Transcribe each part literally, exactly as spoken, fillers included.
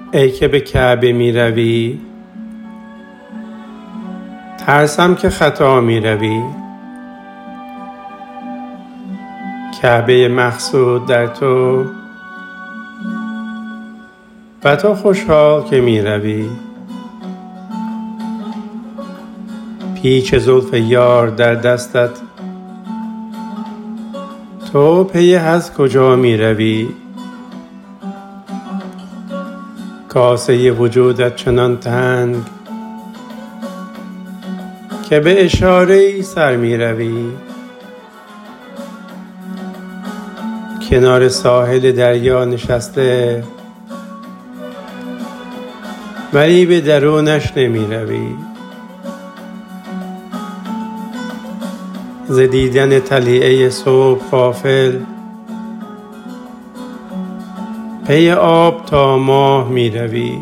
ای که به کعبه می روی، ترسم که خطا می روی. کعبه مقصود در تو و تو خوشحال که می روی. پیچ زلف یار در دستت، تو پی از کجا می روی؟ کاسه وجودت چنان تنگ که به اشاره‌ای سر می روی. کنار ساحل دریا نشسته ولی به درونش نمی روی. ز دیدن طلعه صبح غافل، پی آب تا ماه می روی.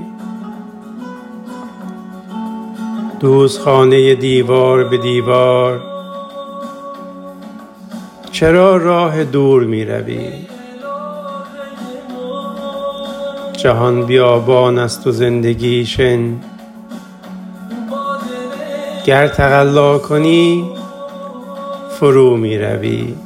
دوستخانه دیوار به دیوار، چرا راه دور می روی؟ جهان بیابان است و زندگی شن، گر تقلا کنی فرو می روی.